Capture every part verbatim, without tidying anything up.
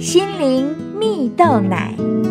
心灵蜜豆奶。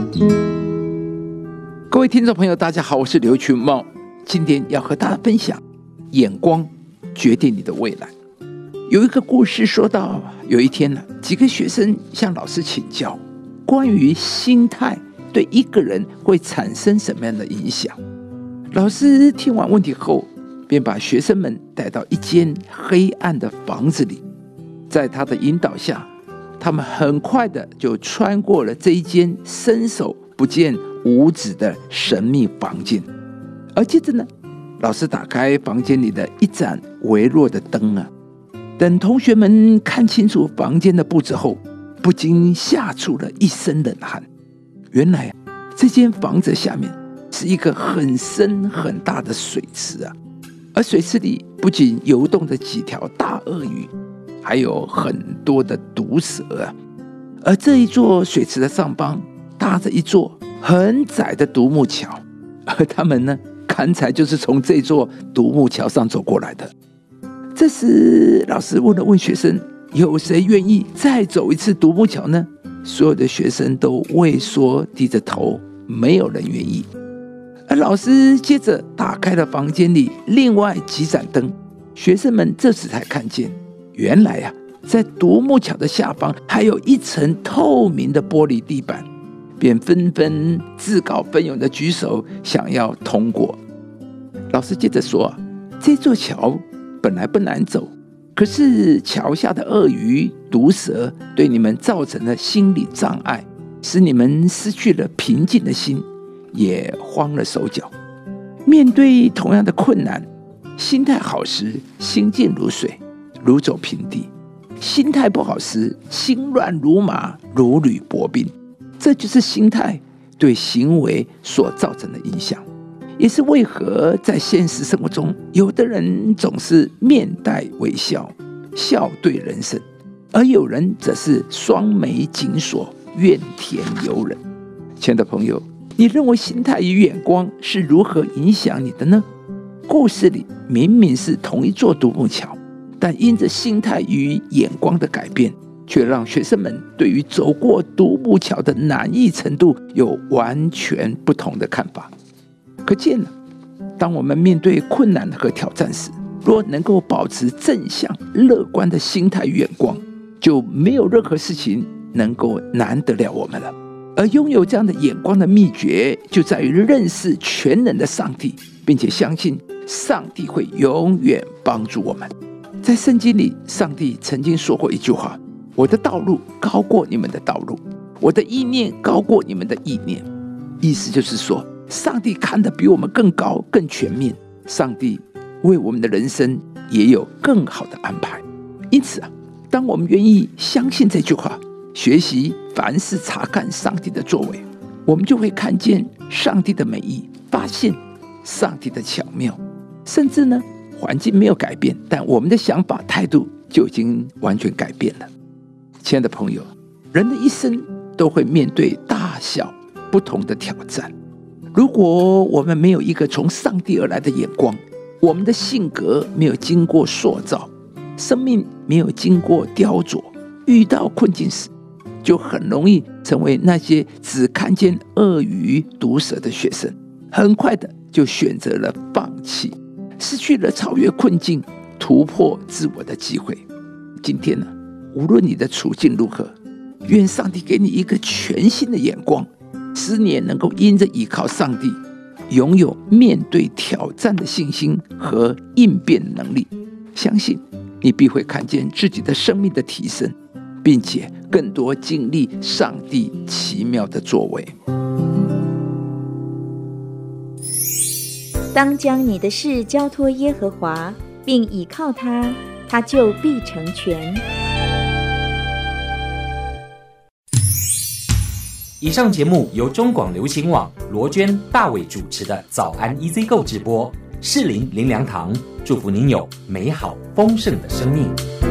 各位听众朋友大家好，我是刘群茂，今天要和大家分享眼光决定你的未来。有一个故事说到，有一天呢，几个学生向老师请教关于心态对一个人会产生什么样的影响。老师听完问题后，便把学生们带到一间黑暗的房子里，在他的引导下，他们很快的就穿过了这一间伸手不见五指的神秘房间。而接着呢，老师打开房间里的一盏微弱的灯啊，等同学们看清楚房间的布置后，不禁吓出了一身冷汗。原来啊，这间房子下面是一个很深很大的水池啊，而水池里不仅游动着几条大鳄鱼，还有很多的毒蛇啊。而这一座水池的上方搭着一座很窄的独木桥，而他们呢，刚才就是从这座独木桥上走过来的。这时老师问了问学生，有谁愿意再走一次独木桥呢？所有的学生都畏缩低着头，没有人愿意。而老师接着打开了房间里另外几盏灯，学生们这时才看见，原来啊，在独木桥的下方还有一层透明的玻璃地板，便纷纷自告奋勇的举手想要通过。老师接着说，这座桥本来不难走，可是桥下的鳄鱼、毒蛇对你们造成了心理障碍，使你们失去了平静的心，也慌了手脚。面对同样的困难，心态好时心静如水，如走平地；心态不好时心乱如麻，如履薄冰。这就是心态对行为所造成的影响，也是为何在现实生活中，有的人总是面带微笑，笑对人生，而有人则是双眉紧锁，怨天尤人。亲爱的朋友，你认为心态与眼光是如何影响你的呢？故事里明明是同一座独木桥，但因着心态与眼光的改变，却让学生们对于走过独木桥的难易程度有完全不同的看法。可见了，当我们面对困难和挑战时，若能够保持正向乐观的心态与眼光，就没有任何事情能够难得了我们了。而拥有这样的眼光的秘诀，就在于认识全能的上帝，并且相信上帝会永远帮助我们。在圣经里，上帝曾经说过一句话，我的道路高过你们的道路，我的意念高过你们的意念。意思就是说，上帝看得比我们更高更全面，上帝为我们的人生也有更好的安排。因此啊，当我们愿意相信这句话，学习凡事查看上帝的作为，我们就会看见上帝的美意，发现上帝的巧妙。甚至呢，环境没有改变，但我们的想法态度就已经完全改变了。亲爱的朋友，人的一生都会面对大小不同的挑战。如果我们没有一个从上帝而来的眼光，我们的性格没有经过塑造，生命没有经过雕琢，遇到困境时，就很容易成为那些只看见鳄鱼、毒蛇的学生，很快的就选择了放弃，失去了超越困境、突破自我的机会。今天呢，无论你的处境如何，愿上帝给你一个全新的眼光，使你也能够因着依靠上帝，拥有面对挑战的信心和应变能力。相信你必会看见自己的生命的提升，并且更多经历上帝奇妙的作为。 当将你的事交托耶和华，并倚靠他，他就必成全。 以上节目由中广流行网罗娟、大伟主持的早安 E Z Go 直播，士林林良堂祝福您有美好丰盛的生命。